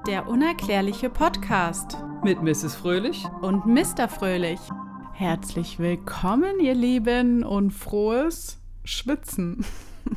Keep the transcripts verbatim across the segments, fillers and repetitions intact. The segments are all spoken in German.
Der unerklärliche Podcast mit Misses Fröhlich und Mister Fröhlich. Herzlich willkommen, ihr Lieben, und frohes Schwitzen.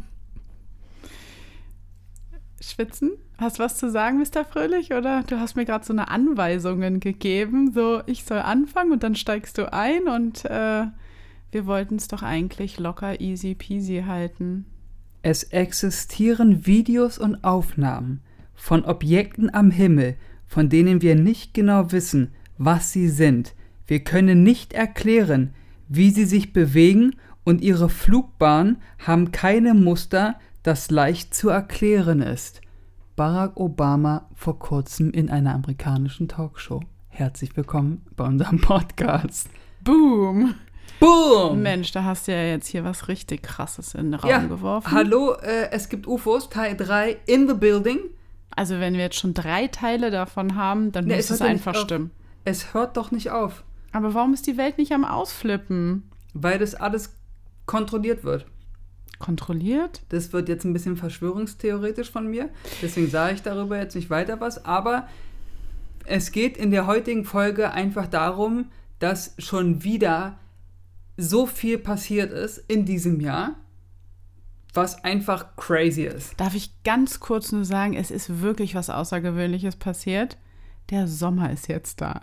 Schwitzen? Hast du was zu sagen, Mister Fröhlich? Oder du hast mir gerade so eine Anweisungen gegeben, so ich soll anfangen und dann steigst du ein und äh, wir wollten es doch eigentlich locker easy peasy halten. Es existieren Videos und Aufnahmen von Objekten am Himmel, von denen wir nicht genau wissen, was sie sind. Wir können nicht erklären, wie sie sich bewegen, und ihre Flugbahnen haben keine Muster, das leicht zu erklären ist. Barack Obama vor kurzem in einer amerikanischen Talkshow. Herzlich willkommen bei unserem Podcast. Boom! Boom! Mensch, da hast du ja jetzt hier was richtig Krasses in den Raum ja, geworfen. Hallo, äh, es gibt U F Os, Teil drei, in the building. Also wenn wir jetzt schon drei Teile davon haben, dann Nee, muss es hört ja einfach nicht auf. stimmen. Es hört doch nicht auf, Aber warum ist die Welt nicht am Ausflippen? weil das alles kontrolliert wird. Kontrolliert? Das wird jetzt ein bisschen verschwörungstheoretisch von mir, deswegen sage ich darüber jetzt nicht weiter was, aber es geht in der heutigen Folge einfach darum, dass schon wieder so viel passiert ist in diesem Jahr, was einfach crazy ist. Darf ich ganz kurz nur sagen, es ist wirklich was Außergewöhnliches passiert. Der Sommer ist jetzt da.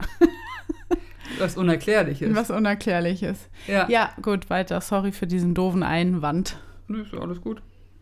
Was Unerklärliches. Was Unerklärliches. Ja. Ja, gut, weiter. Sorry für diesen doofen Einwand. Nö, ist alles gut.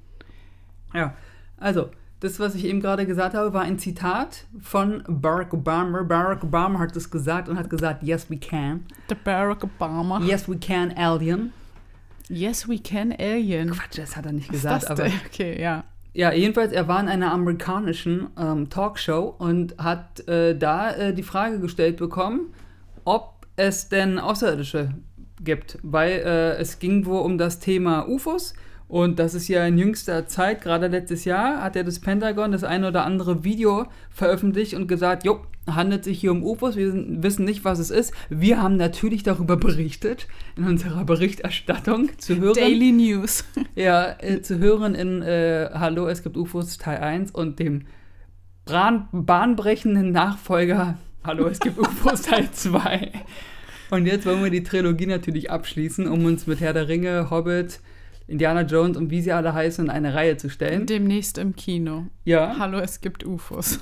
Ja, also, das, was ich eben gerade gesagt habe, war ein Zitat von Barack Obama. Barack Obama hat das gesagt und hat gesagt, yes, we can. Der Barack Obama. Yes, we can, Alien. Yes, we can, Alien. Quatsch, das hat er nicht Was ist gesagt, das aber... denn? Okay, ja. Ja, jedenfalls, er war in einer amerikanischen ähm, Talkshow und hat äh, da äh, die Frage gestellt bekommen, ob es denn Außerirdische gibt. Weil äh, es ging wohl um das Thema U F Os. Und das ist ja in jüngster Zeit, gerade letztes Jahr, hat ja das Pentagon das ein oder andere Video veröffentlicht und gesagt, jo, handelt sich hier um U F Os, wir wissen nicht, was es ist. Wir haben natürlich darüber berichtet, in unserer Berichterstattung zu hören. Daily News. Ja, äh, zu hören in äh, Hallo, es gibt U F Os Teil eins und dem bahn- bahnbrechenden Nachfolger Hallo, es gibt U F Os Teil zwei. Und jetzt wollen wir die Trilogie natürlich abschließen, um uns mit Herr der Ringe, Hobbit, Indiana Jones und wie sie alle heißen, in eine Reihe zu stellen. Demnächst im Kino. Ja. Hallo, es gibt U F Os.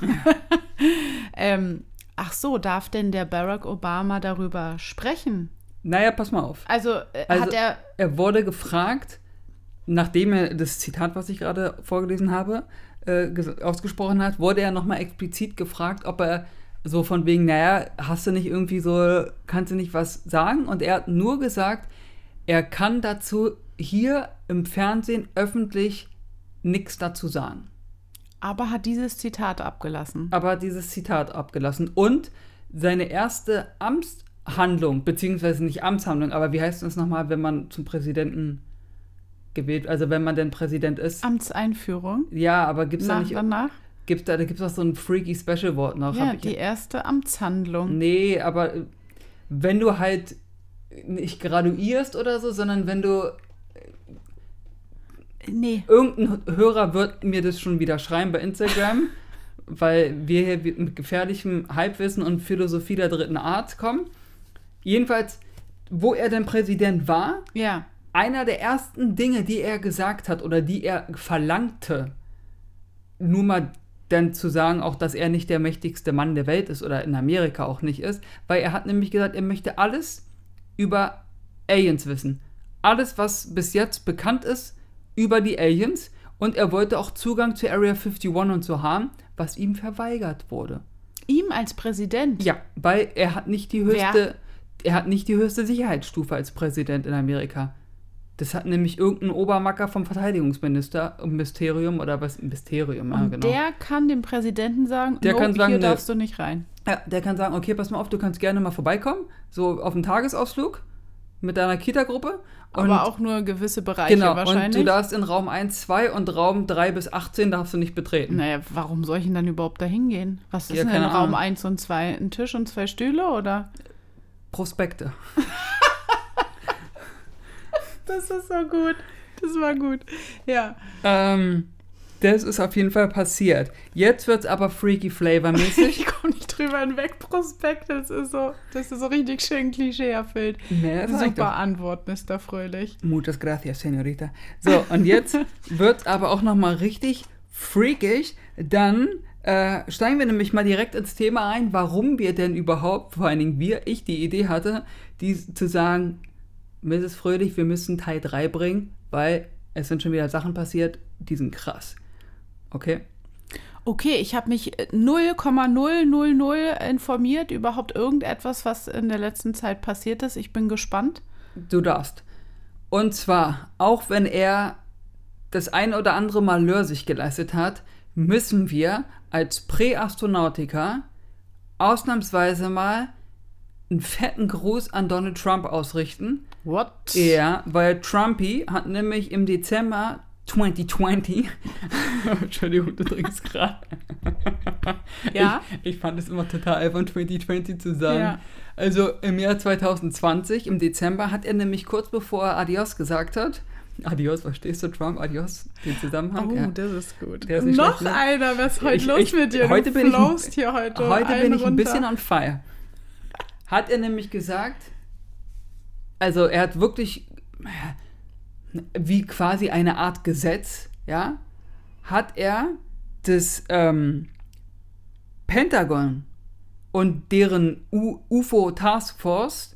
ähm, ach so, darf denn der Barack Obama darüber sprechen? Naja, pass mal auf. Also, äh, Also, hat er... Er wurde gefragt, nachdem er das Zitat, was ich gerade vorgelesen habe, äh, ges- ausgesprochen hat, wurde er nochmal explizit gefragt, ob er so von wegen, naja, hast du nicht irgendwie so, kannst du nicht was sagen? Und er hat nur gesagt, er kann dazu hier im Fernsehen öffentlich nichts dazu sagen. Aber hat dieses Zitat abgelassen. Aber dieses Zitat abgelassen. Und seine erste Amtshandlung, beziehungsweise nicht Amtshandlung, aber wie heißt das nochmal, wenn man zum Präsidenten gewählt, also wenn man denn Präsident ist? Amtseinführung. Ja, aber gibt's da Nach, nicht, danach? gibt's da, da gibt's auch so ein freaky Special-Wort noch. Ja, hab ich die erste Amtshandlung. Nee, aber wenn du halt nicht graduierst oder so, sondern wenn du, Nee. irgendein Hörer wird mir das schon wieder schreiben bei Instagram, weil wir hier mit gefährlichem Halbwissen und Philosophie der dritten Art kommen. Jedenfalls, wo er denn Präsident war, Ja. einer der ersten Dinge, die er gesagt hat oder die er verlangte, nur mal dann zu sagen, auch dass er nicht der mächtigste Mann der Welt ist oder in Amerika auch nicht ist, weil er hat nämlich gesagt, er möchte alles über Aliens wissen. Alles, was bis jetzt bekannt ist über die Aliens, und er wollte auch Zugang zu Area einundfünfzig und so haben, was ihm verweigert wurde. Ihm als Präsident? Ja, weil er hat nicht die höchste, er hat nicht die höchste Sicherheitsstufe als Präsident in Amerika. Das hat nämlich irgendein Obermacker vom Verteidigungsminister, Ministerium oder was, Ministerium, ja, Und genau. der kann dem Präsidenten sagen, Der nope, kann sagen, hier ne. darfst du nicht rein. Ja, der kann sagen, okay, pass mal auf, du kannst gerne mal vorbeikommen, so auf einen Tagesausflug mit deiner Kita-Gruppe. Und Aber auch nur gewisse Bereiche genau, wahrscheinlich. und du darfst in Raum eins, zwei und Raum drei bis achtzehn darfst du nicht betreten. Naja, warum soll ich denn dann überhaupt da hingehen? Was ist Ja, denn in keine Raum Ahnung. eins und zwei? Ein Tisch und zwei Stühle, oder? Prospekte. Das ist so gut. Das war gut. Ja. Ähm, Das ist auf jeden Fall passiert. Jetzt wird es aber freaky flavormäßig. Ich komme nicht drüber hinweg, Prospekt, das ist so, das ist so richtig schön Klischee erfüllt. Nee, Super Antwort, Mister Fröhlich. Muchas gracias, Señorita. So, und jetzt wird es aber auch nochmal richtig freakig. Dann äh, steigen wir nämlich mal direkt ins Thema ein, warum wir denn überhaupt, vor allen Dingen wir, ich die Idee hatte, die zu sagen, Misses Fröhlich, wir müssen Teil drei bringen, weil es sind schon wieder Sachen passiert, die sind krass. Okay? Okay, ich habe mich null Komma null null null informiert, überhaupt irgendetwas, was in der letzten Zeit passiert ist. Ich bin gespannt. Du darfst. Und zwar, auch wenn er das ein oder andere Malheur sich geleistet hat, müssen wir als Präastronautiker ausnahmsweise mal einen fetten Gruß an Donald Trump ausrichten. What? Ja, weil Trumpy hat nämlich im Dezember zwanzig zwanzig Entschuldigung, du trinkst gerade. Ja? Ich, ich fand es immer total albern, zwanzig zwanzig zu sagen. Ja. Also im Jahr zwanzig zwanzig, im Dezember, hat er nämlich kurz bevor er Adios gesagt hat, Adios, verstehst du, Trump, Adios, den Zusammenhang? Oh, ja. das ist gut. Der ist nicht Noch schlecht, ne? einer, was ist heute Ich- los ich- mit dir? heute Du bin ich ein- flowst hier heute Heute einen bin ich ein runter. bisschen on fire. Hat er nämlich gesagt, also er hat wirklich, wie quasi eine Art Gesetz, ja, hat er das ähm, Pentagon und deren U- U F O Task Force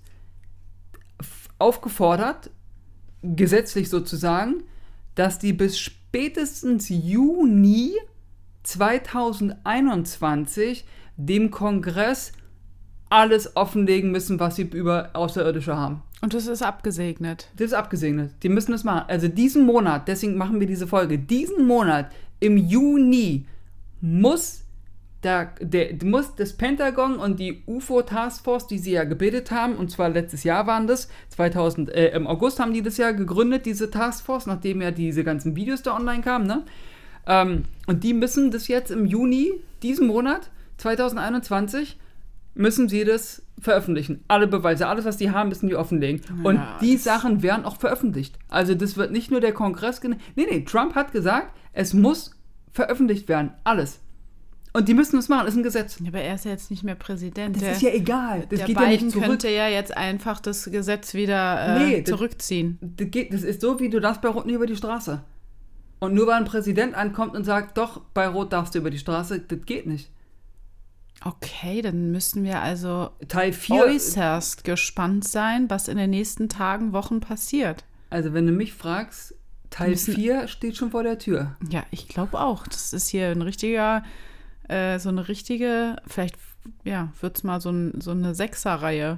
f- aufgefordert, gesetzlich sozusagen, dass die bis spätestens Juni zwanzig einundzwanzig dem Kongress alles offenlegen müssen, was sie über Außerirdische haben. Und das ist abgesegnet. Das ist abgesegnet. Die müssen das machen. Also diesen Monat, deswegen machen wir diese Folge, diesen Monat im Juni muss, der, der, muss das Pentagon und die U F O Taskforce, die sie ja gebildet haben, und zwar letztes Jahr waren das, zweitausend, äh, im August haben die das ja gegründet, diese Taskforce, nachdem ja diese ganzen Videos da online kamen, ne? Ähm, und die müssen das jetzt im Juni, diesen Monat, zwanzig einundzwanzig, müssen sie das veröffentlichen. Alle Beweise, alles, was die haben, müssen die offenlegen. Und Ja, die das- Sachen werden auch veröffentlicht. Also das wird nicht nur der Kongress... Gen- nee, nee, Trump hat gesagt, es muss veröffentlicht werden. Alles. Und die müssen es machen, das ist ein Gesetz. Aber er ist ja jetzt nicht mehr Präsident. Das der, ist ja egal. Das der geht ja Biden nicht zurück. könnte ja jetzt einfach das Gesetz wieder äh, Nee, das- zurückziehen. Das, geht, das ist so, wie du darfst bei Rot nicht über die Straße. Und nur weil ein Präsident ankommt und sagt, doch, bei Rot darfst du über die Straße, das geht nicht. Okay, dann müssen wir also Teil vier... äußerst gespannt sein, was in den nächsten Tagen, Wochen passiert. Also wenn du mich fragst, Teil Müssen- vier steht schon vor der Tür. Ja, ich glaube auch. Das ist hier ein richtiger, äh, so eine richtige, vielleicht, ja, wird es mal so, ein, so eine Sechserreihe.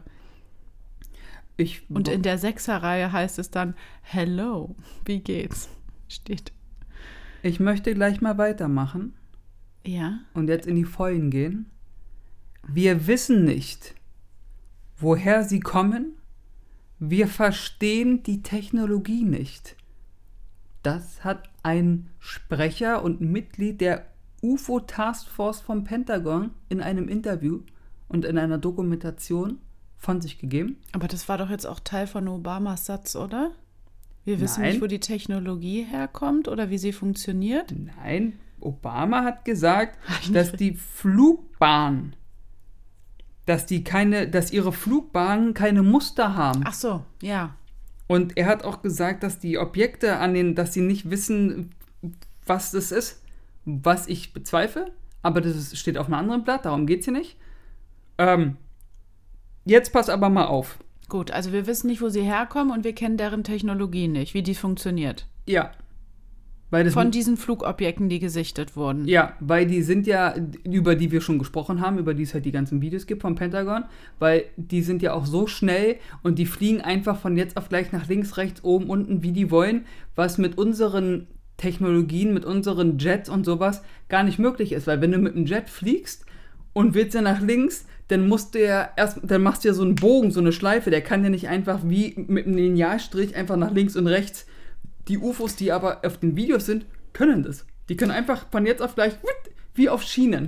Ich, Und in der Sechserreihe heißt es dann, hello, wie geht's? Steht. ich möchte gleich mal weitermachen Ja. und jetzt in die Vollen gehen. Wir wissen nicht, woher sie kommen. Wir verstehen die Technologie nicht. Das hat ein Sprecher und Mitglied der U F O Taskforce vom Pentagon in einem Interview und in einer Dokumentation von sich gegeben. Aber das war doch jetzt auch Teil von Obamas Satz, oder? Wir wissen Nein. nicht, wo die Technologie herkommt oder wie sie funktioniert. Nein, Obama hat gesagt, dass die Flugbahn, dass die keine, dass ihre Flugbahnen keine Muster haben. Ach so, ja. Und er hat auch gesagt, dass die Objekte an den, dass sie nicht wissen, was das ist, was ich bezweifle, aber das ist, steht auf einem anderen Blatt, darum geht's hier nicht. Ähm, jetzt pass aber mal auf. Gut, also wir wissen nicht, wo sie herkommen und wir kennen deren Technologie nicht, wie die funktioniert. Ja. Weil das Von diesen Flugobjekten, die gesichtet wurden. Ja, weil die sind ja, über die wir schon gesprochen haben, über die es halt die ganzen Videos gibt vom Pentagon, weil die sind ja auch so schnell und die fliegen einfach von jetzt auf gleich nach links, rechts, oben, unten, wie die wollen, was mit unseren Technologien, mit unseren Jets und sowas gar nicht möglich ist, weil wenn du mit einem Jet fliegst und willst ja nach links, dann musst du ja erst, dann machst du ja so einen Bogen, so eine Schleife, der kann ja nicht einfach wie mit einem Linealstrich einfach nach links und rechts. Die U F Os, die aber auf den Videos sind, können das. Die können einfach von jetzt auf gleich wie auf Schienen.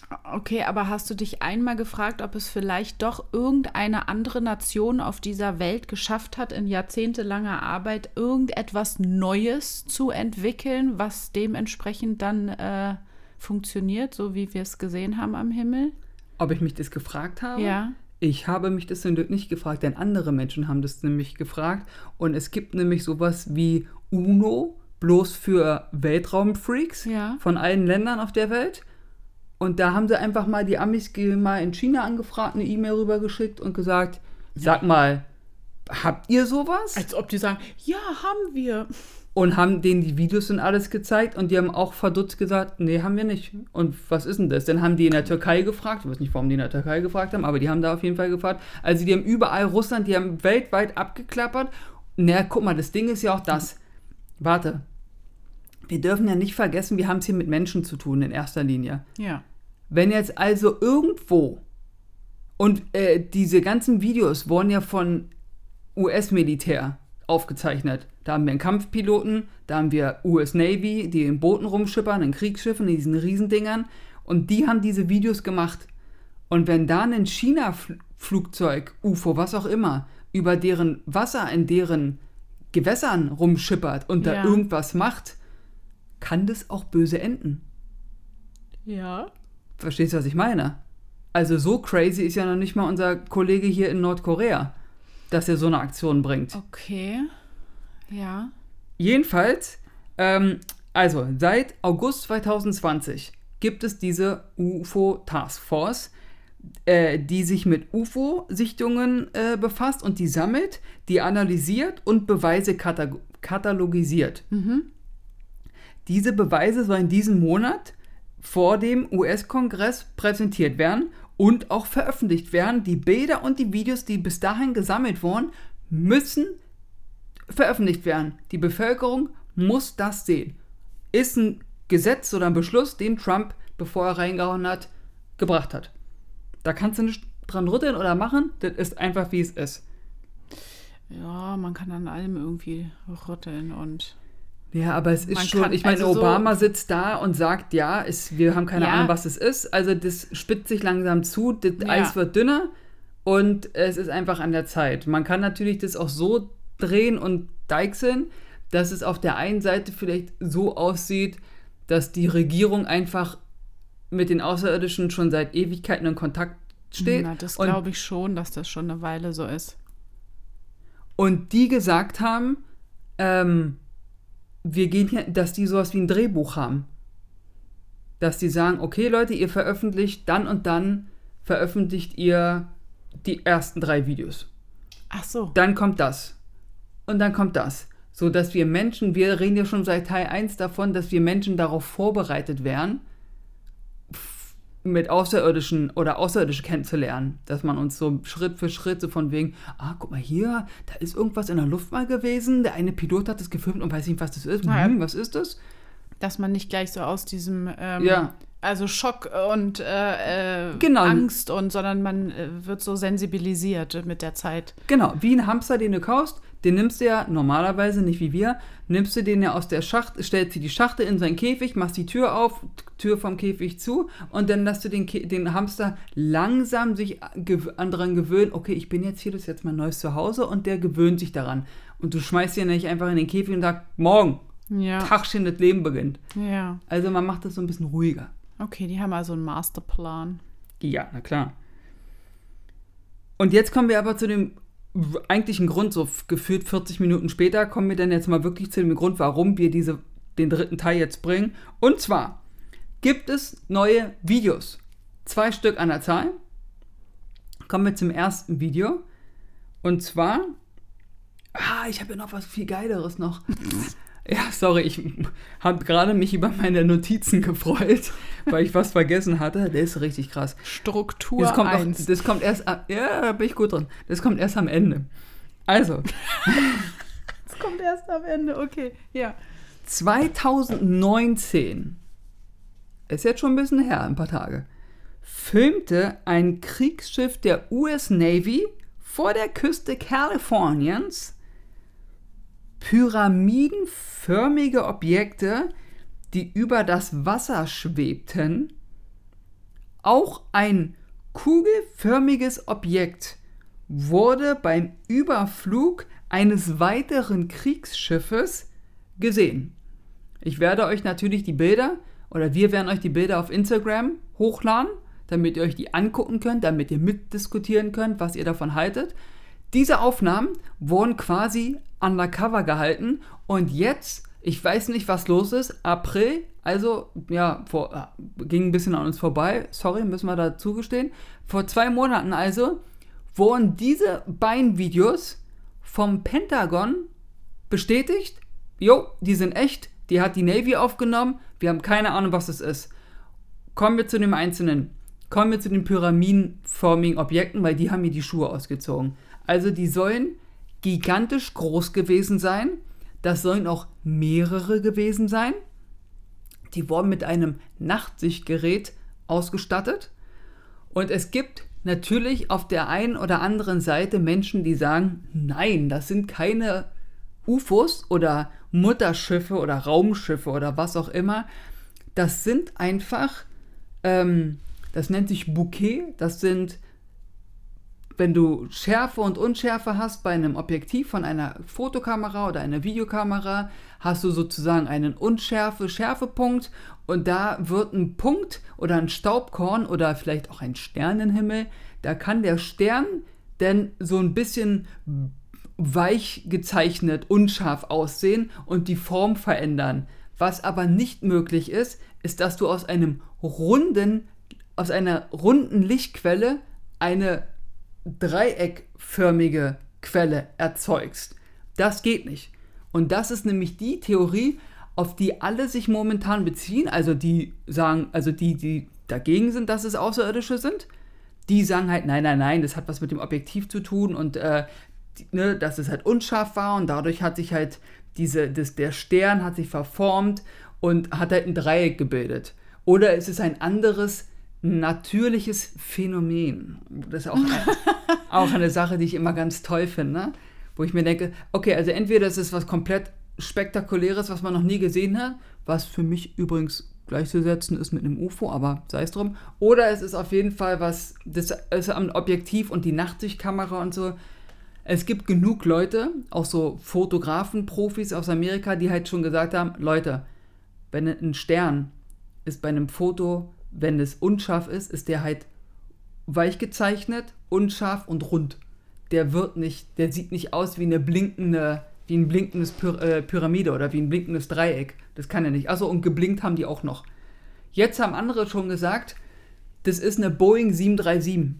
Okay, aber hast du dich einmal gefragt, ob es vielleicht doch irgendeine andere Nation auf dieser Welt geschafft hat, in jahrzehntelanger Arbeit irgendetwas Neues zu entwickeln, was dementsprechend dann äh, funktioniert, so wie wir es gesehen haben am Himmel? Ob ich mich das gefragt habe? Ja. Ich habe mich das nicht gefragt, denn andere Menschen haben das nämlich gefragt. Und es gibt nämlich sowas wie UNO, bloß für Weltraumfreaks Ja. von allen Ländern auf der Welt. Und da haben sie einfach mal die Amis ge- mal in China angefragt, eine E-Mail rübergeschickt und gesagt, sag mal, habt ihr sowas? Als ob die sagen, ja, haben wir. Und haben denen die Videos und alles gezeigt und die haben auch verdutzt gesagt, nee, haben wir nicht. Und was ist denn das? Dann haben die in der Türkei gefragt, ich weiß nicht, warum die in der Türkei gefragt haben, aber die haben da auf jeden Fall gefragt. Also die haben überall Russland, die haben weltweit abgeklappert. Na, guck mal, das Ding ist ja auch das. Warte. Wir dürfen ja nicht vergessen, wir haben es hier mit Menschen zu tun in erster Linie. Ja. Wenn jetzt also irgendwo, und äh, diese ganzen Videos wurden ja von U S-Militär aufgezeichnet. Da haben wir einen Kampfpiloten, da haben wir U S Navy, die in Booten rumschippern, in Kriegsschiffen, in diesen Riesendingern. Und die haben diese Videos gemacht. Und wenn da ein China-Flugzeug, U F O, was auch immer, über deren Wasser in deren Gewässern rumschippert und da Ja. irgendwas macht, kann das auch böse enden. Ja. Verstehst du, was ich meine? Also so crazy ist ja noch nicht mal unser Kollege hier in Nordkorea, dass er so eine Aktion bringt. Okay. Ja. Jedenfalls, ähm, also seit August zwanzig zwanzig gibt es diese U F O Task Force, äh, die sich mit U F O-Sichtungen äh, befasst und die sammelt, die analysiert und Beweise kata- katalogisiert. Mhm. Diese Beweise sollen diesen Monat vor dem U S-Kongress präsentiert werden und auch veröffentlicht werden. Die Bilder und die Videos, die bis dahin gesammelt wurden, müssen veröffentlicht werden. Die Bevölkerung muss das sehen. Ist ein Gesetz oder ein Beschluss, den Trump, bevor er reingehauen hat, gebracht hat. Da kannst du nicht dran rütteln oder machen. Das ist einfach, wie es ist. Ja, man kann an allem irgendwie rütteln und... Ja, aber es ist Man schon, kann- ich meine, also so- Obama sitzt da und sagt, ja, es, wir haben keine Ja. Ahnung, was es ist. Also das spitzt sich langsam zu, das Ja. Eis wird dünner und es ist einfach an der Zeit. Man kann natürlich das auch so drehen und deichseln, dass es auf der einen Seite vielleicht so aussieht, dass die Regierung einfach mit den Außerirdischen schon seit Ewigkeiten in Kontakt steht. Na, das und glaube ich schon, dass das schon eine Weile so ist. Und die gesagt haben, ähm, wir gehen hier, dass die sowas wie ein Drehbuch haben. Dass die sagen, okay Leute, ihr veröffentlicht dann und dann, veröffentlicht ihr die ersten drei Videos. Ach so. Dann kommt das. Und dann kommt das. So dass wir Menschen, wir reden ja schon seit Teil eins davon, dass wir Menschen darauf vorbereitet werden, mit Außerirdischen oder Außerirdische kennenzulernen. Dass man uns so Schritt für Schritt so von wegen, ah, guck mal hier, da ist irgendwas in der Luft mal gewesen, der eine Pilot hat das gefilmt und weiß nicht, was das ist. Ja. Hm, was ist das? Dass man nicht gleich so aus diesem, ähm, Ja. also Schock und äh, äh, Genau. Angst und, sondern man äh, wird so sensibilisiert mit der Zeit. Genau, wie ein Hamster, den du kaufst, den nimmst du ja normalerweise, nicht wie wir, nimmst du den ja aus der Schachtel, stellst du die Schachtel in seinen Käfig, machst die Tür auf, Tür vom Käfig zu und dann lässt du den, Kä- den Hamster langsam sich gew- an daran gewöhnen, okay, ich bin jetzt hier, das ist jetzt mein neues Zuhause und der gewöhnt sich daran. Und du schmeißt ihn nicht einfach in den Käfig und sagst, morgen, Ja. Tagchen, das Leben beginnt. Ja. Also man macht das so ein bisschen ruhiger. Okay, die haben also einen Masterplan. Ja, na klar. Und jetzt kommen wir aber zu dem w- eigentlichen Grund, so f- gefühlt vierzig Minuten später, kommen wir dann jetzt mal wirklich zu dem Grund, warum wir diese, den dritten Teil jetzt bringen. Und zwar gibt es neue Videos. Zwei Stück an der Zahl. Kommen wir zum ersten Video. Und zwar, ah, ich habe ja noch was viel Geileres noch. Ja, sorry, ich habe gerade mich über meine Notizen gefreut, weil ich was vergessen hatte. Der ist richtig krass. Struktur Das kommt, noch, eins. das kommt erst, am- ja, da bin ich gut drin. Das kommt erst am Ende. Also, Das kommt erst am Ende, okay. Ja. zwanzig neunzehn, ist jetzt schon ein bisschen her, ein paar Tage, filmte ein Kriegsschiff der U S Navy vor der Küste Kaliforniens pyramidenförmige Objekte, die über das Wasser schwebten, Auch ein kugelförmiges Objekt wurde beim Überflug eines weiteren Kriegsschiffes gesehen. Ich werde euch natürlich die Bilder, oder wir werden euch die Bilder auf Instagram hochladen, damit ihr euch die angucken könnt, damit ihr mitdiskutieren könnt, was ihr davon haltet. Diese Aufnahmen wurden quasi undercover gehalten und jetzt, ich weiß nicht, was los ist, April, also ja, vor, ging ein bisschen an uns vorbei, sorry, müssen wir da zugestehen, vor zwei Monaten also, wurden diese beiden Videos vom Pentagon bestätigt, jo, die sind echt, die hat die Navy aufgenommen, wir haben keine Ahnung, was es ist. Kommen wir zu dem Einzelnen. Kommen wir zu den pyramidenförmigen Objekten, weil die haben mir die Schuhe ausgezogen. Also die sollen gigantisch groß gewesen sein. Das sollen auch mehrere gewesen sein. Die wurden mit einem Nachtsichtgerät ausgestattet. Und es gibt natürlich auf der einen oder anderen Seite Menschen, die sagen, nein, das sind keine U F Os oder Mutterschiffe oder Raumschiffe oder was auch immer. Das sind einfach, ähm, das nennt sich Bokeh, das sind, wenn du Schärfe und Unschärfe hast bei einem Objektiv von einer Fotokamera oder einer Videokamera, hast du sozusagen einen Unschärfe-Schärfepunkt und da wird ein Punkt oder ein Staubkorn oder vielleicht auch ein Sternenhimmel, da kann der Stern denn so ein bisschen weich gezeichnet, unscharf aussehen und die Form verändern. Was aber nicht möglich ist, ist, dass du aus einem runden, aus einer runden Lichtquelle eine dreieckförmige Quelle erzeugst. Das geht nicht. Und das ist nämlich die Theorie, auf die alle sich momentan beziehen, also die sagen, also die, die dagegen sind, dass es Außerirdische sind, die sagen halt, nein, nein, nein, das hat was mit dem Objektiv zu tun und äh, die, ne, dass es halt unscharf war und dadurch hat sich halt diese, das, der Stern hat sich verformt und hat halt ein Dreieck gebildet. Oder es ist ein anderes natürliches Phänomen. Das ist auch, ein, auch eine Sache, die ich immer ganz toll finde, wo ich mir denke, okay, also entweder es ist was komplett Spektakuläres, was man noch nie gesehen hat, was für mich übrigens gleichzusetzen ist mit einem U F O, aber sei es drum, oder es ist auf jeden Fall was, das ist am Objektiv und die Nachtsichtkamera und so. Es gibt genug Leute, auch so Fotografen, Profis aus Amerika, die halt schon gesagt haben, Leute, wenn ein Stern ist bei einem Foto, wenn es unscharf ist, ist der halt weich gezeichnet, unscharf und rund. Der wird nicht, der sieht nicht aus wie eine blinkende, wie ein blinkendes Py- äh, Pyramide oder wie ein blinkendes Dreieck. Das kann er nicht. Also und geblinkt haben die auch noch. Jetzt haben andere schon gesagt, das ist eine Boeing sieben drei sieben.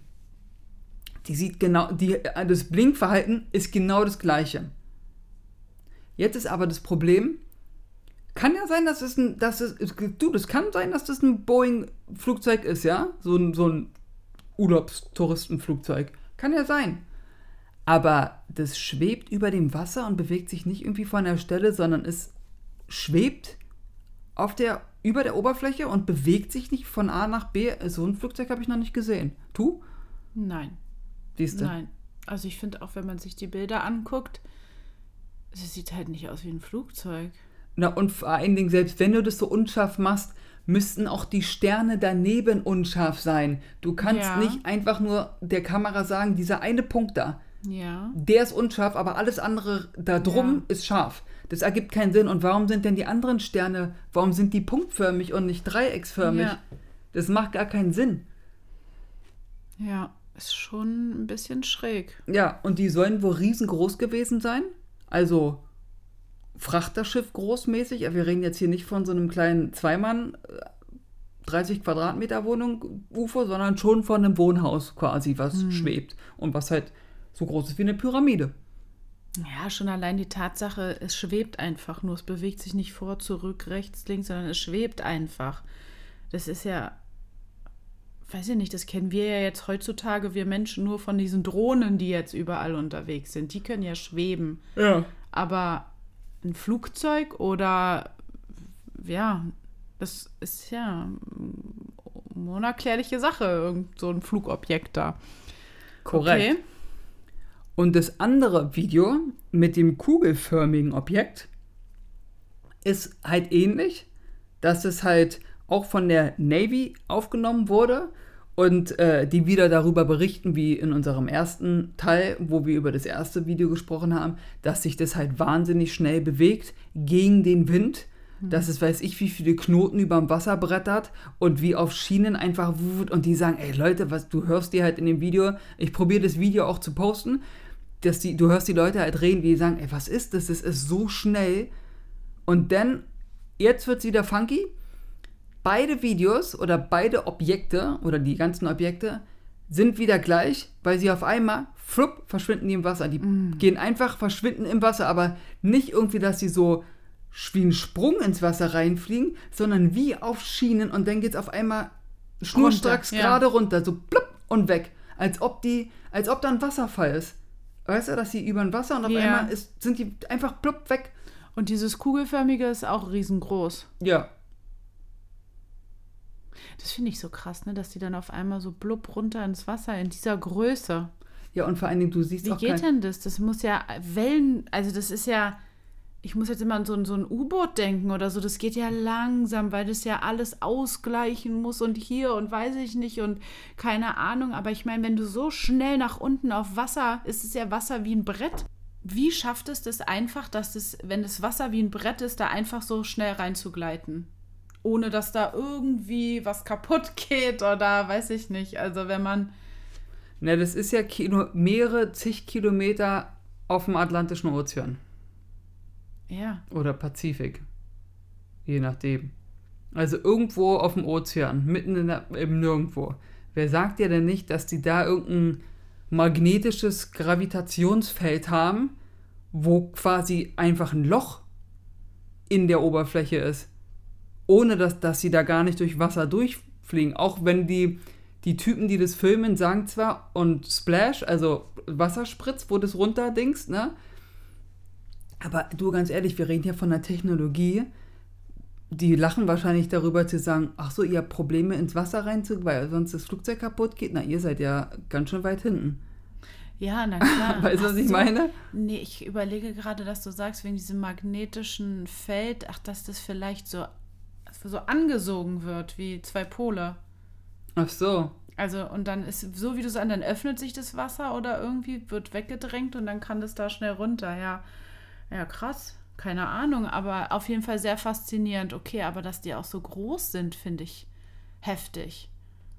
Die sieht genau, die, das Blinkverhalten ist genau das gleiche. Jetzt ist aber das Problem, kann ja sein, dass es ein, dass es, du, das kann sein, dass das ein Boeing-Flugzeug ist, ja? So ein, so ein Urlaubstouristenflugzeug. Kann ja sein. Aber das schwebt über dem Wasser und bewegt sich nicht irgendwie von der Stelle, sondern es schwebt auf der, über der Oberfläche und bewegt sich nicht von A nach B. So ein Flugzeug habe ich noch nicht gesehen. Du? Nein. Siehst du? Nein. Also ich finde auch, wenn man sich die Bilder anguckt, es sieht halt nicht aus wie ein Flugzeug. Na und vor allen Dingen, selbst wenn du das so unscharf machst, müssten auch die Sterne daneben unscharf sein. Du kannst Ja. nicht einfach nur der Kamera sagen, dieser eine Punkt da, Ja. der ist unscharf, aber alles andere da drum Ja. ist scharf. Das ergibt keinen Sinn. Und warum sind denn die anderen Sterne, warum sind die punktförmig und nicht dreiecksförmig? Ja. Das macht gar keinen Sinn. Ja, ist schon ein bisschen schräg. Ja, und die sollen wohl riesengroß gewesen sein. Also Frachterschiff großmäßig. Wir reden jetzt hier nicht von so einem kleinen Zweimann, dreißig Quadratmeter Wohnung, U F O, sondern schon von einem Wohnhaus quasi, was Hm. schwebt. Und was halt so groß ist wie eine Pyramide. Ja, schon allein die Tatsache, es schwebt einfach nur. Es bewegt sich nicht vor, zurück, rechts, links, sondern es schwebt einfach. Das ist ja, weiß ich nicht, das kennen wir ja jetzt heutzutage, wir Menschen, nur von diesen Drohnen, die jetzt überall unterwegs sind. Die können ja schweben. Ja. Aber ein Flugzeug oder, ja, das ist ja eine unerklärliche Sache, irgend so ein Flugobjekt da. Korrekt. Okay. Und das andere Video mit dem kugelförmigen Objekt ist halt ähnlich, dass es halt auch von der Navy aufgenommen wurde und äh, die wieder darüber berichten, wie in unserem ersten Teil, wo wir über das erste Video gesprochen haben, dass sich das halt wahnsinnig schnell bewegt gegen den Wind, mhm. dass es weiß ich wie viele Knoten überm Wasser brettert und wie auf Schienen einfach wut und die sagen, ey Leute, was du hörst dir halt in dem Video, ich probiere das Video auch zu posten, dass die, du hörst die Leute halt reden, wie die sagen, ey, was ist das? Das ist so schnell. Und dann, jetzt wird's wieder funky. Beide Videos oder beide Objekte oder die ganzen Objekte sind wieder gleich, weil sie auf einmal, flupp, verschwinden die im Wasser. Die mm. gehen einfach, verschwinden im Wasser, aber nicht irgendwie, dass sie so wie ein Sprung ins Wasser reinfliegen, sondern wie auf Schienen und dann geht's auf einmal schnurstracks runter, gerade ja. runter, so plupp und weg. Als ob die, als ob da ein Wasserfall ist. Weißt du, dass sie über ein Wasser und auf ja. einmal ist, sind die einfach plupp weg. Und dieses Kugelförmige ist auch riesengroß. Ja. Das finde ich so krass, ne, dass die dann auf einmal so blub runter ins Wasser in dieser Größe. Ja, und vor allen Dingen, du siehst Wie auch geht denn das? Das muss ja Wellen, also das ist ja, ich muss jetzt immer an so ein, so ein U-Boot denken oder so, das geht ja langsam, weil das ja alles ausgleichen muss und hier und weiß ich nicht und keine Ahnung. Aber ich meine, wenn du so schnell nach unten auf Wasser, ist es ja Wasser wie ein Brett. Wie schafft es das einfach, dass das, wenn das Wasser wie ein Brett ist, da einfach so schnell reinzugleiten? Ohne dass da irgendwie was kaputt geht oder weiß ich nicht. Also wenn man... Na, das ist ja Kilo, mehrere zig Kilometer auf dem Atlantischen Ozean. Ja. Oder Pazifik. Je nachdem. Also irgendwo auf dem Ozean, mitten in der, im Nirgendwo. Wer sagt dir denn nicht, dass die da irgendein magnetisches Gravitationsfeld haben, wo quasi einfach ein Loch in der Oberfläche ist? Ohne dass, dass sie da gar nicht durch Wasser durchfliegen. Auch wenn die, die Typen, die das filmen, sagen zwar, und Splash, also Wasserspritz, wo das runterdingst, ne? Aber du, ganz ehrlich, wir reden hier von einer Technologie, die lachen wahrscheinlich darüber zu sagen, ach so, ihr habt Probleme ins Wasser reinzugehen, weil sonst das Flugzeug kaputt geht. Na, ihr seid ja ganz schön weit hinten. Ja, na klar. Weißt du, was ich meine? Nee, ich überlege gerade, dass du sagst, wegen diesem magnetischen Feld, ach, dass das vielleicht so so angesogen wird, wie zwei Pole. Ach so. Also, und dann ist, so wie du sagst, dann öffnet sich das Wasser oder irgendwie wird weggedrängt und dann kann das da schnell runter, ja. Ja, krass. Keine Ahnung, aber auf jeden Fall sehr faszinierend. Okay, aber dass die auch so groß sind, finde ich heftig.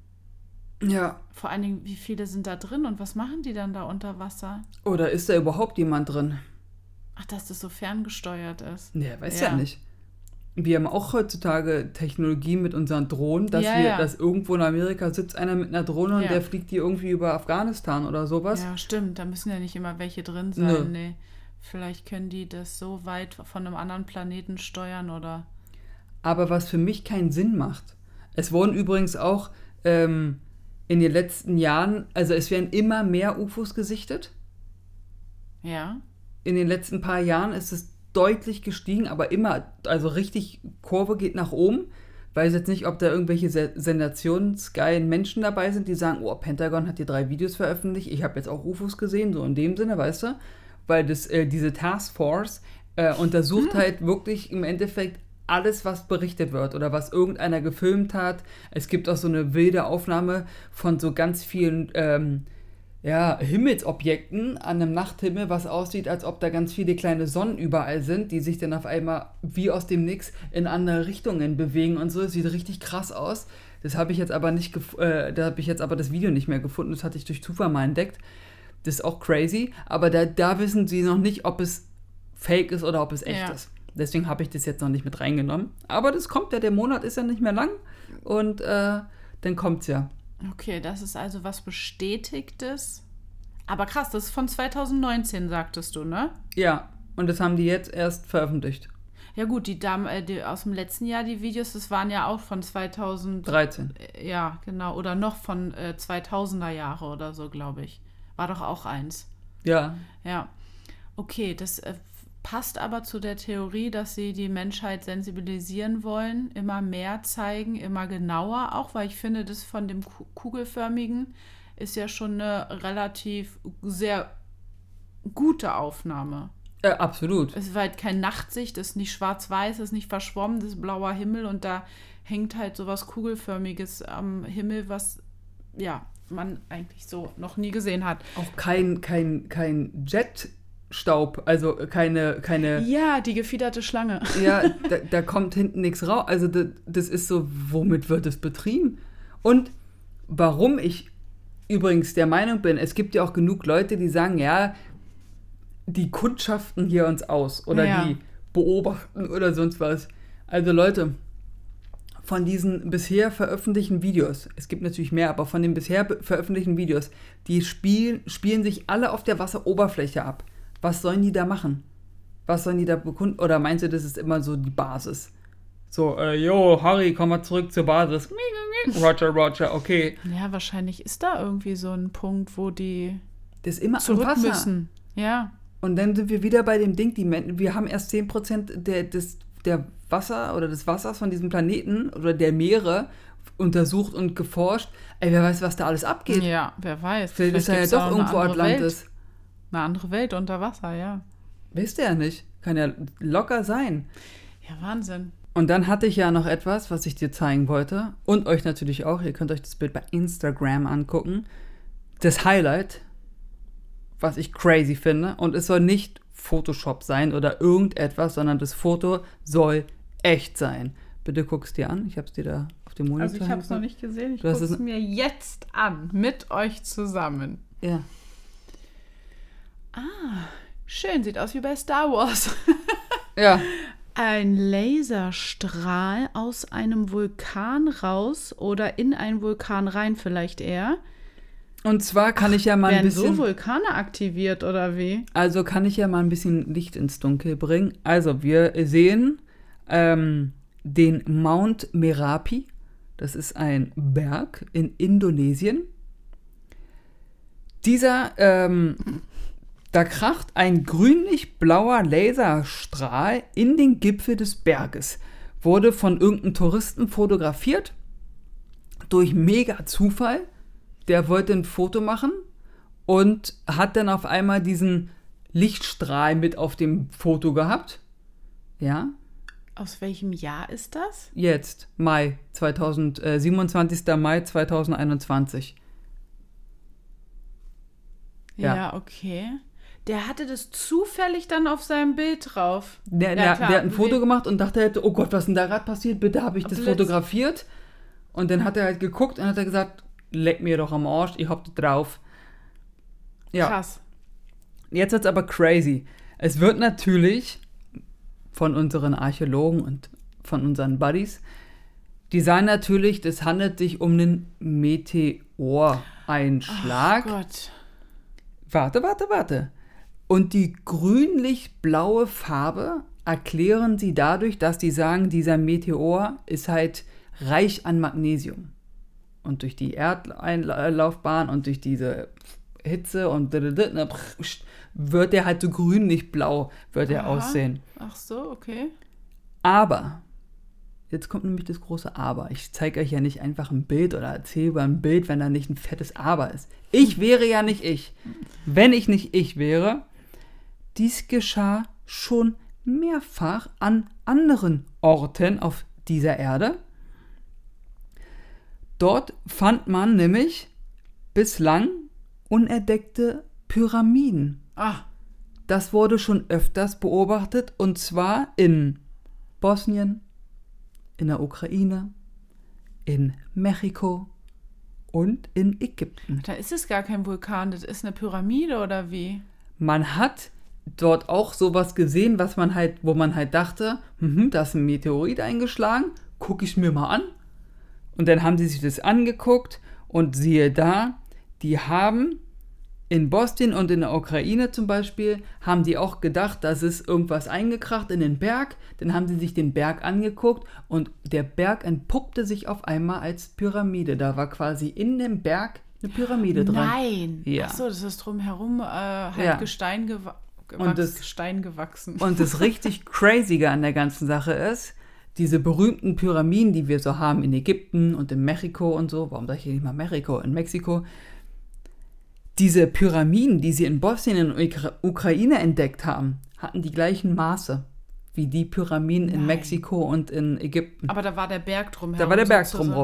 Ja. Vor allen Dingen, wie viele sind da drin und was machen die dann da unter Wasser? Oder ist da überhaupt jemand drin? Ach, dass das so ferngesteuert ist. Nee, weiß ja, ja nicht. Wir haben auch heutzutage Technologie mit unseren Drohnen, dass ja, wir, ja. dass irgendwo in Amerika sitzt einer mit einer Drohne und ja. der fliegt die irgendwie über Afghanistan oder sowas. Ja, stimmt. Da müssen ja nicht immer welche drin sein. Nö. Nee. Vielleicht können die das so weit von einem anderen Planeten steuern oder... Aber was für mich keinen Sinn macht. Es wurden übrigens auch ähm, in den letzten Jahren, also es werden immer mehr U F Os gesichtet. Ja. In den letzten paar Jahren ist es deutlich gestiegen, aber immer, also richtig, Kurve geht nach oben. Weiß jetzt nicht, ob da irgendwelche se- sensationsgeilen Menschen dabei sind, die sagen, oh, Pentagon hat hier drei Videos veröffentlicht, ich habe jetzt auch U F Os gesehen, so in dem Sinne, weißt du? Weil das, äh, diese Taskforce äh, untersucht hm. halt wirklich im Endeffekt alles, was berichtet wird oder was irgendeiner gefilmt hat. Es gibt auch so eine wilde Aufnahme von so ganz vielen ähm, ja, Himmelsobjekten an einem Nachthimmel, was aussieht, als ob da ganz viele kleine Sonnen überall sind, die sich dann auf einmal wie aus dem Nix in andere Richtungen bewegen und so. Das sieht richtig krass aus. Das habe ich jetzt aber nicht, gef- äh, da habe ich jetzt aber das Video nicht mehr gefunden. Das hatte ich durch Zufall mal entdeckt. Das ist auch crazy, aber da, da wissen sie noch nicht, ob es fake ist oder ob es echt ja. ist. Deswegen habe ich das jetzt noch nicht mit reingenommen. Aber das kommt ja, der Monat ist ja nicht mehr lang und äh, dann kommt's ja. Okay, das ist also was Bestätigtes. Aber krass, das ist von zwanzig neunzehn, sagtest du, ne? Ja, und das haben die jetzt erst veröffentlicht. Ja gut, die, Dam- äh, die aus dem letzten Jahr, die Videos, das waren ja auch von zweitausenddreizehn. Äh, ja, genau. Oder noch von äh, zweitausender Jahre oder so, glaube ich. War doch auch eins. Ja. Ja. Okay, das äh, passt aber zu der Theorie, dass sie die Menschheit sensibilisieren wollen, immer mehr zeigen, immer genauer auch, weil ich finde, das von dem Kugelförmigen ist ja schon eine relativ sehr gute Aufnahme. Äh, absolut. Es war halt kein Nachtsicht, es ist nicht schwarz-weiß, es ist nicht verschwommen, das ist blauer Himmel und da hängt halt sowas Kugelförmiges am Himmel, was ja, man eigentlich so noch nie gesehen hat. Auch kein, kein, kein Jetstaub, also keine, keine... Ja, die gefiederte Schlange. Ja, da, da kommt hinten nichts raus. Also das, das ist so, womit wird es betrieben? Und warum ich übrigens der Meinung bin, es gibt ja auch genug Leute, die sagen, ja, die kundschaften hier uns aus oder Ja. die beobachten oder sonst was. Also Leute, von diesen bisher veröffentlichten Videos, es gibt natürlich mehr, aber von den bisher be- veröffentlichten Videos, die spielen, spielen sich alle auf der Wasseroberfläche ab. Was sollen die da machen? Was sollen die da bekunden? Oder meinst du, das ist immer so die Basis? So, äh, yo, Harry, komm mal zurück zur Basis. Roger, Roger, okay. Ja, wahrscheinlich ist da irgendwie so ein Punkt, wo die Das ist immer am zurück Wasser. müssen. Ja. Und dann sind wir wieder bei dem Ding, die Men- wir haben erst zehn Prozent der, des, der Wasser oder des Wassers von diesem Planeten oder der Meere untersucht und geforscht. Ey, wer weiß, was da alles abgeht. Ja, wer weiß. Vielleicht ist da ja gibt's doch auch eine irgendwo andere Atlantis. Welt. Eine andere Welt unter Wasser, ja. Wisst ihr ja nicht. Kann ja locker sein. Ja, Wahnsinn. Und dann hatte ich ja noch etwas, was ich dir zeigen wollte. Und euch natürlich auch. Ihr könnt euch das Bild bei Instagram angucken. Das Highlight, was ich crazy finde. Und es soll nicht Photoshop sein oder irgendetwas, sondern das Foto soll echt sein. Bitte guck's dir an. Ich hab's dir da auf dem Monitor. Also ich habe es noch hängen. nicht gesehen. Ich Du hast gucke es es- mir jetzt an. Mit euch zusammen. Ja. Schön, sieht aus wie bei Star Wars. Ja. Ein Laserstrahl aus einem Vulkan raus oder in einen Vulkan rein vielleicht eher. Und zwar kann ich ja mal ein Werden bisschen. so Vulkane aktiviert oder wie? Also kann ich ja mal ein bisschen Licht ins Dunkel bringen. Also wir sehen ähm, den Mount Merapi. Das ist ein Berg in Indonesien. Dieser, ähm, da kracht ein grünlich-blauer Laserstrahl in den Gipfel des Berges. Wurde von irgendeinem Touristen fotografiert. Durch mega Zufall. Der wollte ein Foto machen und hat dann auf einmal diesen Lichtstrahl mit auf dem Foto gehabt. Ja, Aus welchem Jahr ist das? jetzt, Mai zweitausend, äh, siebenundzwanzigster Mai zweitausendeinundzwanzig. Ja. Ja. okay. Der hatte das zufällig dann auf seinem Bild drauf. Der, Ja, der, klar, der hat ein Foto wie- gemacht und dachte, halt, oh Gott, was ist denn da gerade passiert? Bitte habe ich das Blitz. fotografiert. Und dann hat er halt geguckt und hat er gesagt, leck mir doch am Arsch, ich hab das drauf. Ja. Krass. Jetzt wird's aber crazy. Es wird natürlich von unseren Archäologen und von unseren Buddies, die sagen natürlich, das handelt sich um einen Meteoreinschlag. Oh Gott. Warte, warte, warte. Und die grünlich-blaue Farbe erklären sie dadurch, dass die sagen, dieser Meteor ist halt reich an Magnesium. Und durch die Erdlaufbahn und durch diese Hitze und wird der halt so grünlich-blau, wird er Aha. aussehen. Ach so, okay. Aber, jetzt kommt nämlich das große Aber. Ich zeige euch ja nicht einfach ein Bild oder erzähle über ein Bild, wenn da nicht ein fettes Aber ist. Ich wäre ja nicht ich. Wenn ich nicht ich wäre, dies geschah schon mehrfach an anderen Orten auf dieser Erde. Dort fand man nämlich bislang unentdeckte Pyramiden. Ah, Das wurde schon öfters beobachtet und zwar in Bosnien, in der Ukraine, in Mexiko und in Ägypten. da ist es gar kein Vulkan, das ist eine Pyramide oder wie? Man hat dort auch sowas gesehen, was man halt, wo man halt dachte, mhm, da ist ein Meteorit eingeschlagen, gucke ich mir mal an. Und dann haben sie sich das angeguckt und siehe da, die haben in Bosnien und in der Ukraine zum Beispiel, haben die auch gedacht, dass es irgendwas eingekracht in den Berg. Dann haben sie sich den Berg angeguckt und der Berg entpuppte sich auf einmal als Pyramide. Da war quasi in dem Berg eine Pyramide dran. Nein. Ja. Ach so, das ist drumherum äh, halt Ja. Gestein, gewa Und gewachs das- Gestein gewachsen. Und das richtig Crazyge an der ganzen Sache ist, diese berühmten Pyramiden, die wir so haben in Ägypten und in Mexiko und so, warum sage ich hier nicht mal Mexiko, in Mexiko, diese Pyramiden, die sie in Bosnien und Ukra Ukraine entdeckt haben, hatten die gleichen Maße wie die Pyramiden in Nein. Mexiko und in Ägypten. Aber da war der Berg drumherum. Da war der Berg sozusagen. drumherum.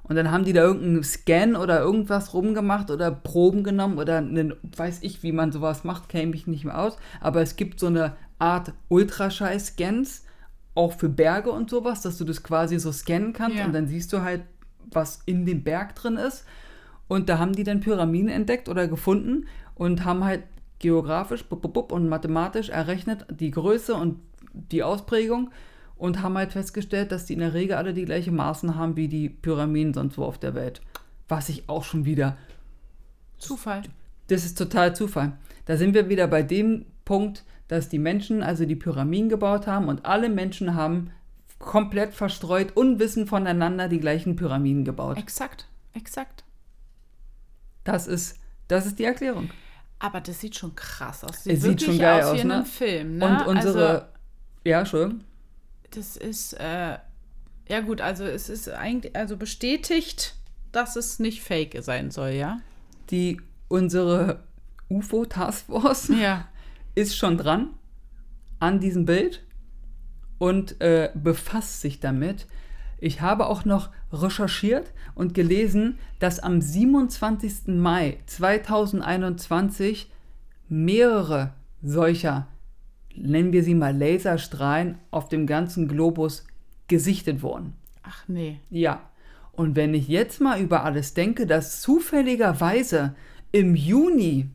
Und dann haben die da irgendeinen Scan oder irgendwas rumgemacht oder Proben genommen oder einen, weiß ich, wie man sowas macht, käme ich nicht mehr aus. Aber es gibt so eine Art Ultraschall-Scans, auch für Berge und sowas, dass du das quasi so scannen kannst Ja. und dann siehst du halt, was in dem Berg drin ist. Und da haben die dann Pyramiden entdeckt oder gefunden und haben halt geografisch bup, bup, bup, und mathematisch errechnet die Größe und die Ausprägung und haben halt festgestellt, dass die in der Regel alle die gleiche Maßen haben wie die Pyramiden sonst wo auf der Welt. Was ich auch schon wieder... Zufall. Das ist total Zufall. Da sind wir wieder bei dem Punkt, dass die Menschen also die Pyramiden gebaut haben und alle Menschen haben komplett verstreut, unwissend voneinander die gleichen Pyramiden gebaut. Exakt, exakt. Das ist, das ist die Erklärung. Aber das sieht schon krass aus. Es Sieht sieht wirklich schon geil aus wie aus, in ne? einem Film. Ne? Und unsere... Also, ja, Entschuldigung. das ist, äh, ja gut, also es ist eigentlich, also bestätigt, dass es nicht fake sein soll, ja? Die, unsere U F O-Taskforce Ja. ist schon dran an diesem Bild und äh, befasst sich damit. Ich habe auch noch recherchiert und gelesen, dass am siebenundzwanzigsten Mai zweitausendeinundzwanzig mehrere solcher, nennen wir sie mal Laserstrahlen, auf dem ganzen Globus gesichtet wurden. Ach nee. Ja, und wenn ich jetzt mal über alles denke, dass zufälligerweise im Juni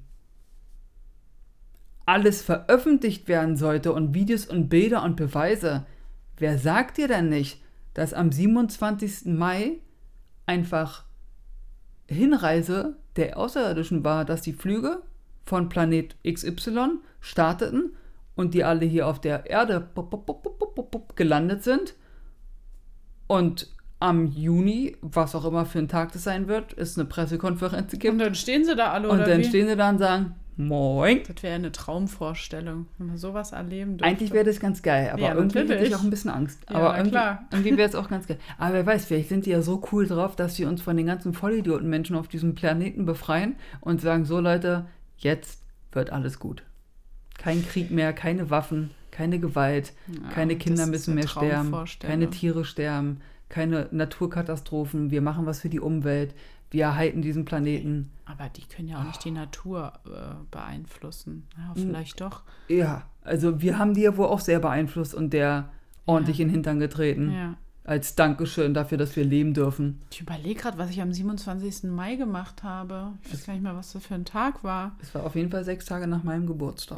alles veröffentlicht werden sollte und Videos und Bilder und Beweise, wer sagt dir denn nicht, dass am siebenundzwanzigsten Mai einfach Hinreise der Außerirdischen war, dass die Flüge von Planet X Y starteten und die alle hier auf der Erde pop, pop, pop, pop, pop, pop, gelandet sind und am Juni, was auch immer für ein Tag das sein wird, es eine Pressekonferenz gibt. Und dann stehen sie da alle, Und oder dann wie? stehen sie da und sagen, moin. Das wäre eine Traumvorstellung, wenn man sowas erleben dürfte. Eigentlich wäre das ganz geil, aber Ja, irgendwie hätte natürlich. ich auch ein bisschen Angst. Ja, aber na irgendwie, klar. irgendwie wäre es auch ganz geil. Aber wer weiß, vielleicht sind die ja so cool drauf, dass sie uns von den ganzen Vollidioten-Menschen auf diesem Planeten befreien und sagen, so Leute, jetzt wird alles gut. Kein Krieg mehr, keine Waffen, keine Gewalt, Ja, keine Kinder das ist müssen eine mehr sterben, Traumvorstellung. keine Tiere sterben, keine Naturkatastrophen, wir machen was für die Umwelt, wir erhalten diesen Planeten. Aber die können ja auch nicht die Natur äh, beeinflussen. Ja, Hm. vielleicht doch. Ja, also wir haben die ja wohl auch sehr beeinflusst und der ordentlich in den Hintern getreten. Ja. Als Dankeschön dafür, dass wir leben dürfen. Ich überlege gerade, was ich am siebenundzwanzigsten Mai gemacht habe. Ich weiß gar nicht mehr, was das für ein Tag war. Es war auf jeden Fall sechs Tage nach meinem Geburtstag.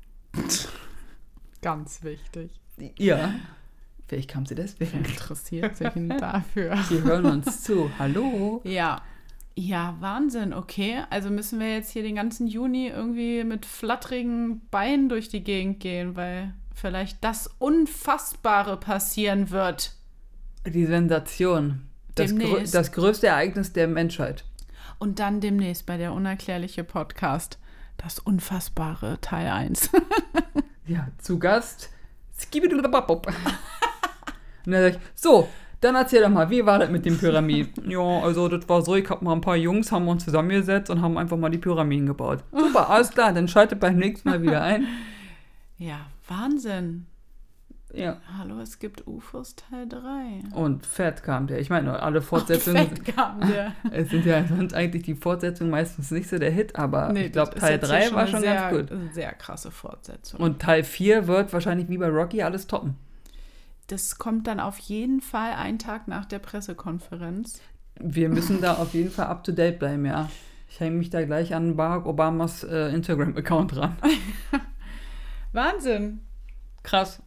Ganz wichtig. Ja. Vielleicht kam sie deswegen. Wer interessiert sich denn dafür? Sie hören uns zu. Hallo. Ja. Ja, Wahnsinn, okay. Also müssen wir jetzt hier den ganzen Juni irgendwie mit flatterigen Beinen durch die Gegend gehen, weil vielleicht das Unfassbare passieren wird. Die Sensation. Das, grö Demnächst. das größte Ereignis der Menschheit. Und dann demnächst bei der Unerklärliche Podcast das Unfassbare Teil eins. Ja, zu Gast. Skibidulababop. Und dann sag ich, so, dann erzähl doch mal, wie war das mit den Pyramiden? Ja, also das war so, ich hab mal ein paar Jungs, haben uns zusammengesetzt und haben einfach mal die Pyramiden gebaut. Super, alles klar, dann schaltet beim nächsten Mal wieder ein. Ja, Wahnsinn. Ja. Hallo, es gibt U F Os Teil drei. Und fett kam der. Ich meine, alle Fortsetzungen, Fett kam der. es sind ja sonst eigentlich die Fortsetzungen meistens nicht so der Hit, aber Nee, ich glaube, das ist Teil jetzt hier drei war eine schon sehr, ganz gut. eine sehr krasse Fortsetzung. Und Teil vier wird wahrscheinlich wie bei Rocky alles toppen. Das kommt dann auf jeden Fall einen Tag nach der Pressekonferenz. Wir müssen da auf jeden Fall up to date bleiben, ja. Ich hänge mich da gleich an Barack Obamas äh, Instagram-Account ran. Wahnsinn. Krass.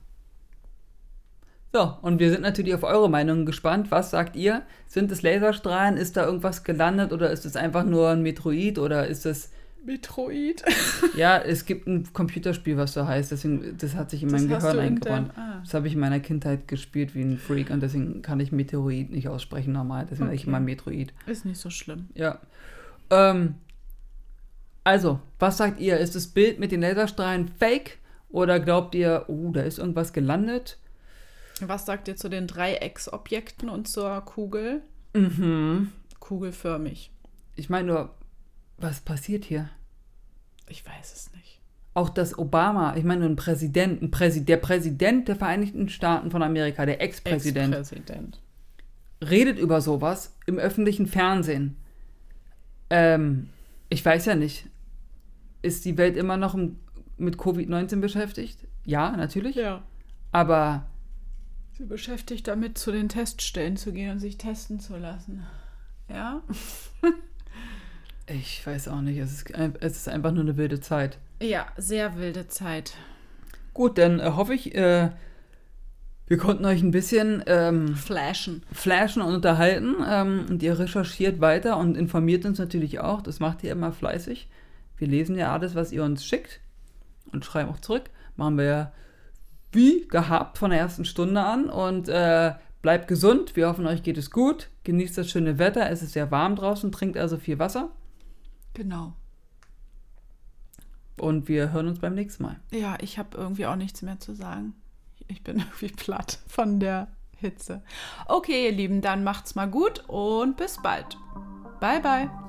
So, und wir sind natürlich auf eure Meinungen gespannt. Was sagt ihr? Sind es Laserstrahlen? Ist da irgendwas gelandet oder ist es einfach nur ein Meteorit oder ist es... Metroid. Ja, es gibt ein Computerspiel, was so heißt, deswegen, das hat sich in Das meinem hast Gehirn du in eingebrannt. deinem- ah. Das habe ich in meiner Kindheit gespielt wie ein Freak und deswegen kann ich Meteorit nicht aussprechen normal, deswegen sage ich Okay. immer Metroid. Ist nicht so schlimm. Ja. Ähm, also, was sagt ihr? Ist das Bild mit den Laserstrahlen fake oder glaubt ihr, oh, da ist irgendwas gelandet? Was sagt ihr zu den Dreiecksobjekten und zur Kugel? Mhm. Kugelförmig. Ich meine nur, was passiert hier? Ich weiß es nicht. Auch dass Obama, ich meine nur ein Präsident, ein Präsi der Präsident der Vereinigten Staaten von Amerika, der Ex-Präsident, Ex-Präsident. redet über sowas im öffentlichen Fernsehen. Ähm, ich weiß ja nicht. Ist die Welt immer noch mit Covid neunzehn beschäftigt? Ja, natürlich. Ja. Aber sie beschäftigt damit, zu den Teststellen zu gehen und sich testen zu lassen. Ja? Ich weiß auch nicht. Es ist, es ist einfach nur eine wilde Zeit. Ja, sehr wilde Zeit. Gut, dann äh, hoffe ich, äh, wir konnten euch ein bisschen ähm, flashen. flashen und unterhalten. Ähm, und ihr recherchiert weiter und informiert uns natürlich auch. Das macht ihr immer fleißig. Wir lesen ja alles, was ihr uns schickt und schreiben auch zurück. Machen wir ja wie gehabt von der ersten Stunde an. Und äh, bleibt gesund. Wir hoffen, euch geht es gut. Genießt das schöne Wetter. Es ist sehr warm draußen. Trinkt also viel Wasser. Genau. Und wir hören uns beim nächsten Mal. Ja, ich habe irgendwie auch nichts mehr zu sagen. Ich bin irgendwie platt von der Hitze. Okay, ihr Lieben, dann macht's mal gut und bis bald. Bye, bye.